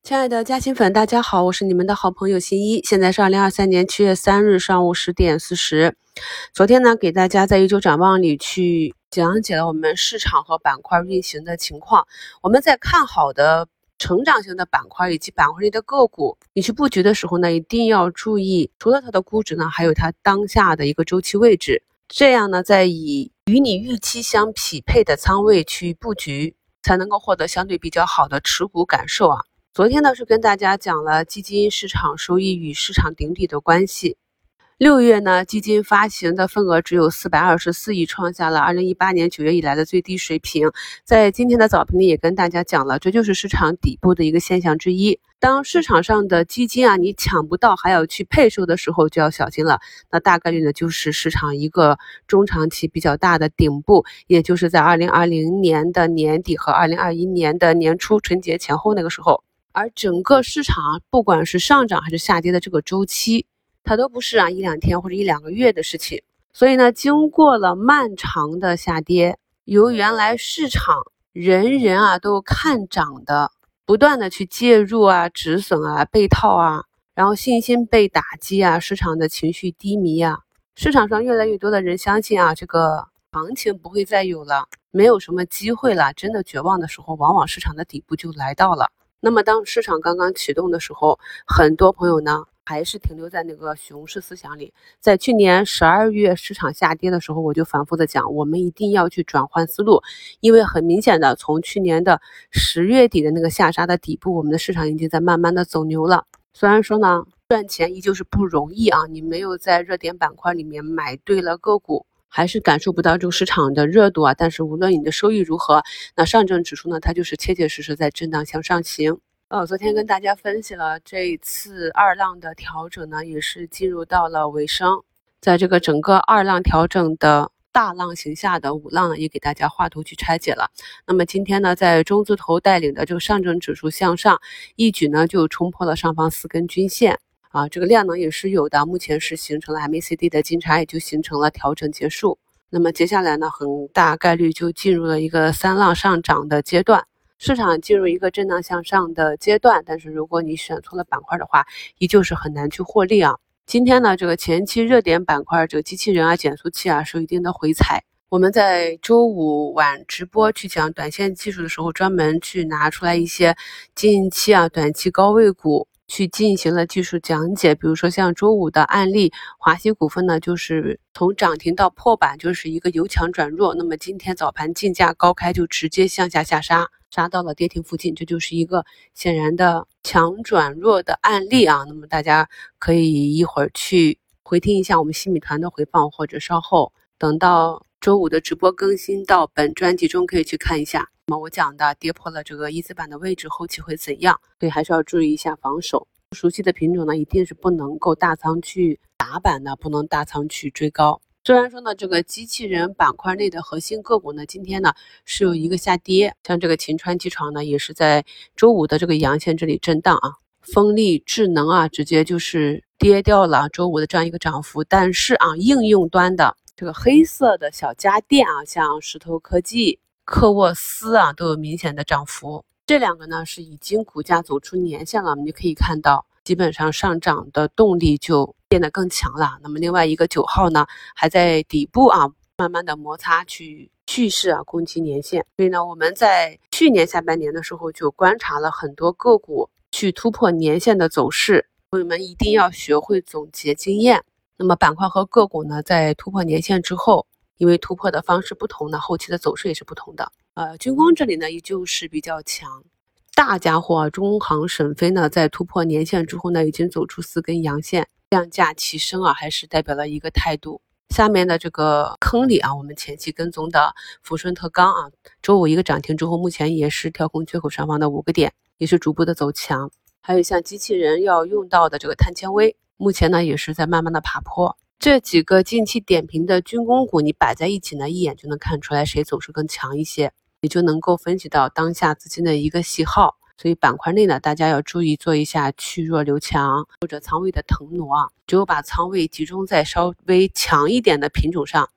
亲爱的嘉兴粉，大家好，我是你们的好朋友新一。现在是2023年7月3日上午10点40。昨天呢，给大家在一周展望里去讲解了我们市场和板块运行的情况。我们在看好的成长型的板块以及板块里的个股，你去布局的时候呢，一定要注意，除了它的估值呢，还有它当下的一个周期位置。这样呢，在以与你预期相匹配的仓位去布局，才能够获得相对比较好的持股感受啊。昨天呢是跟大家讲了基金市场收益与市场顶底的关系。6月呢，基金发行的份额只有424亿，创下了2018年9月以来的最低水平。在今天的早评里也跟大家讲了，这就是市场底部的一个现象之一。当市场上的基金你抢不到还要去配售的时候，就要小心了。那大概率呢，就是市场一个中长期比较大的顶部，也就是在2020年的年底和2021年的年初春节前后那个时候。而整个市场不管是上涨还是下跌的这个周期，它都不是一两天或者一两个月的事情。所以呢，经过了漫长的下跌，由原来市场人人都看涨的，不断的去介入止损被套然后信心被打击市场的情绪低迷市场上越来越多的人相信这个行情不会再有了，没有什么机会了，真的绝望的时候，往往市场的底部就来到了。那么当市场刚刚启动的时候，很多朋友呢还是停留在那个熊市思想里。在去年12月市场下跌的时候，我就反复的讲，我们一定要去转换思路，因为很明显的，从去年的10月底的那个下杀的底部，我们的市场已经在慢慢的走牛了。虽然说呢，赚钱依旧是不容易你没有在热点板块里面买对了个股，还是感受不到这个市场的热度但是无论你的收益如何，那上证指数呢，它就是切切实实在震荡向上行。昨天跟大家分析了这一次二浪的调整呢，也是进入到了尾声。在这个整个二浪调整的大浪形下的五浪呢，也给大家画图去拆解了。那么今天呢，在中字头带领的这个上证指数向上，一举呢就冲破了上方4根均线。这个量能也是有的，目前是形成了 MACD 的金叉，也就形成了调整结束。那么接下来呢，很大概率就进入了一个三浪上涨的阶段，市场进入一个震荡向上的阶段。但是如果你选错了板块的话，依旧是很难去获利今天呢，这个前期热点板块，这个机器人减速器是有一定的回踩。我们在周五晚直播去讲短线技术的时候，专门去拿出来一些近期短期高位股去进行了技术讲解。比如说像周五的案例，华西股份呢，就是从涨停到破板，就是一个由强转弱。那么今天早盘竞价高开，就直接向下下杀，杀到了跌停附近，这就是一个显然的强转弱的案例那么大家可以一会儿去回听一下我们新米团的回放，或者稍后等到周五的直播更新到本专辑中可以去看一下。那么我讲的跌破了这个一字板的位置，后期会怎样？所以还是要注意一下防守。不熟悉的品种呢，一定是不能够大仓去打板的，不能大仓去追高。虽然说呢，这个机器人板块内的核心个股呢，今天呢是有一个下跌，像这个秦川机床呢，也是在周五的这个阳线这里震荡风力智能直接就是跌掉了周五的这样一个涨幅。但是应用端的这个黑色的小家电像石头科技、科沃斯都有明显的涨幅。这两个呢是已经股价走出年线了，我们就可以看到基本上上涨的动力就变得更强了。那么另外一个9号呢，还在底部慢慢的摩擦去蓄势攻击年线。所以呢，我们在去年下半年的时候就观察了很多个股去突破年线的走势，朋友们一定要学会总结经验。那么板块和个股呢，在突破年线之后，因为突破的方式不同呢，后期的走势也是不同的。军工这里呢依旧是比较强，大家伙中航沈飞呢在突破年线之后呢，已经走出4根阳线，量价齐升还是代表了一个态度。下面的这个坑里我们前期跟踪的抚顺特钢周五一个涨停之后，目前也是跳空缺口上方的5个点，也是逐步的走强。还有像机器人要用到的这个碳纤维，目前呢也是在慢慢的爬坡。这几个近期点评的军工股，你摆在一起呢，一眼就能看出来谁走势更强一些，也就能够分析到当下资金的一个喜好。所以板块内呢，大家要注意做一下去弱留强或者仓位的腾挪只有把仓位集中在稍微强一点的品种上，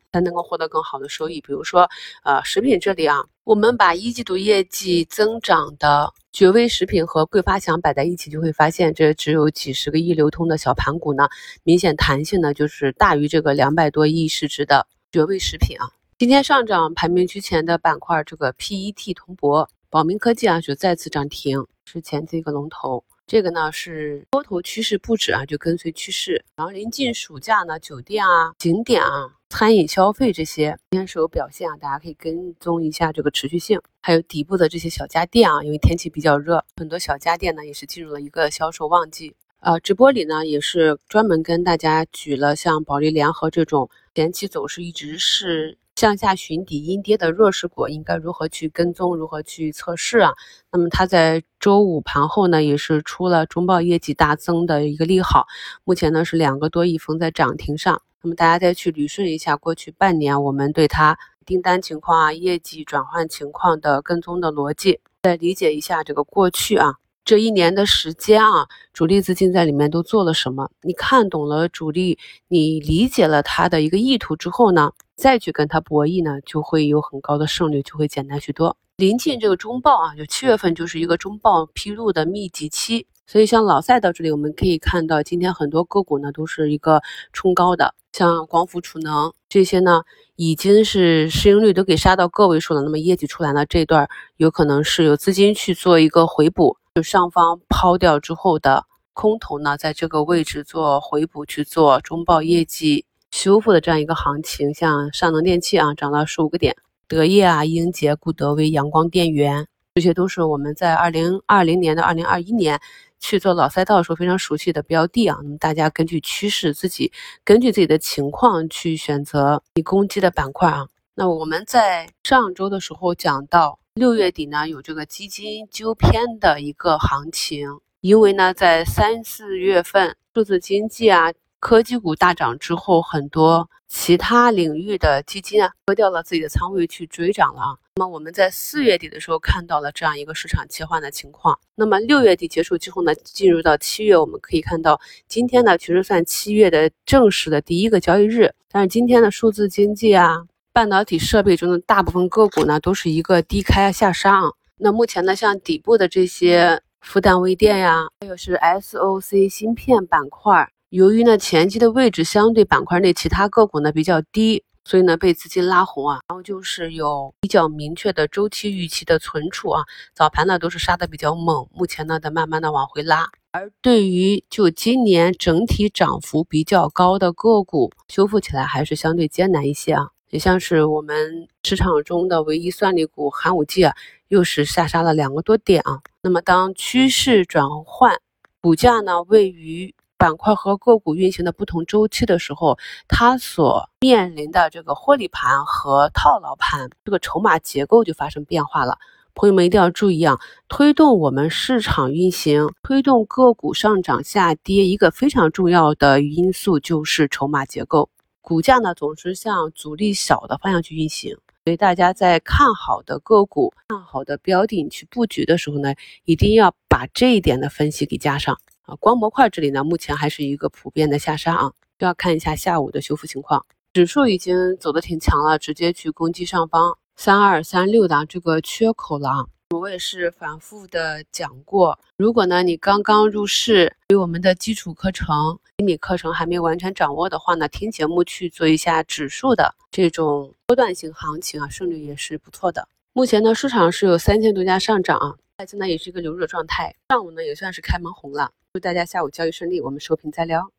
才能够获得更好的收益。比如说食品这里啊，我们把一季度业绩增长的绝味食品和桂发祥摆在一起，就会发现这只有几十个亿流通的小盘股呢，明显弹性呢就是大于这个200多亿市值的绝味食品啊。今天上涨排名居前的板块，这个 PET 铜箔、宝明科技啊就再次涨停，是前期一个龙头。这个呢是多头趋势不止啊，就跟随趋势。然后临近暑假呢，酒店啊、景点啊、餐饮消费这些今天是有表现啊，大家可以跟踪一下这个持续性。还有底部的这些小家电啊，因为天气比较热，很多小家电呢也是进入了一个销售旺季。直播里呢也是专门跟大家举了像保利联合这种前期走势一直是向下寻底阴跌的弱势股，应该如何去跟踪，如何去测试啊？那么它在周五盘后呢，也是出了中报业绩大增的一个利好，目前呢是2个多亿封在涨停上。那么大家再去捋顺一下过去半年我们对它订单情况啊、业绩转换情况的跟踪的逻辑，再理解一下这个过去啊。这1年的时间啊，主力资金在里面都做了什么？你看懂了主力，你理解了他的一个意图之后呢，再去跟他博弈呢，就会有很高的胜率，就会简单许多。临近这个中报啊，就7月份就是一个中报披露的密集期，所以像老赛道这里，我们可以看到今天很多个股呢都是一个冲高的，像光伏储能这些呢，已经是市盈率都给杀到个位数了，那么业绩出来呢，这段有可能是有资金去做一个回补。就上方抛掉之后的空头呢，在这个位置做回补，去做中报业绩修复的这样一个行情。像上能电器啊，涨了15个点，德业啊、英杰、固德威、阳光电源，这些都是我们在2020年到2021年去做老赛道的时候非常熟悉的标的啊。那么大家根据趋势，根据自己的情况去选择你攻击的板块啊。那我们在上周的时候讲到6月底呢，有这个基金纠偏的一个行情，因为呢，在3、4月份数字经济啊、科技股大涨之后，很多其他领域的基金啊，割掉了自己的仓位去追涨了啊。那么我们在4月底的时候看到了这样一个市场切换的情况。那么6月底结束之后呢，进入到7月，我们可以看到今天呢，其实算7月的正式的第1个交易日，但是今天的数字经济啊、半导体设备中的大部分个股呢，都是一个低开下杀啊。那目前呢，像底部的这些复旦微电呀，还有是 SOC 芯片板块，由于呢前期的位置相对板块内其他个股呢比较低，所以呢被资金拉红啊。然后就是有比较明确的周期预期的存储啊，早盘呢都是杀的比较猛，目前呢在慢慢的往回拉。而对于就今年整体涨幅比较高的个股，修复起来还是相对艰难一些啊。也像是我们市场中的唯一算力股寒武纪啊，又是下杀了2个多点啊。那么当趋势转换，股价呢位于板块和个股运行的不同周期的时候，它所面临的这个获利盘和套牢盘，这个筹码结构就发生变化了。朋友们一定要注意啊，推动我们市场运行、推动个股上涨下跌，一个非常重要的因素就是筹码结构。股价呢总是向阻力小的方向去运行，所以大家在看好的个股、看好的标的你去布局的时候呢，一定要把这一点的分析给加上啊。光模块这里呢，目前还是一个普遍的下杀啊，就要看一下下午的修复情况。指数已经走得挺强了，直接去攻击上方3236的这个缺口了啊。我也是反复的讲过，如果呢你刚刚入市，对我们的基础课程、心理课程还没完全掌握的话呢，听节目去做一下指数的这种波段性行情啊，胜率也是不错的。目前呢市场是有3000多家上涨啊，外资呢也是一个流入状态，上午呢也算是开门红了。祝大家下午交易顺利，我们收评再聊。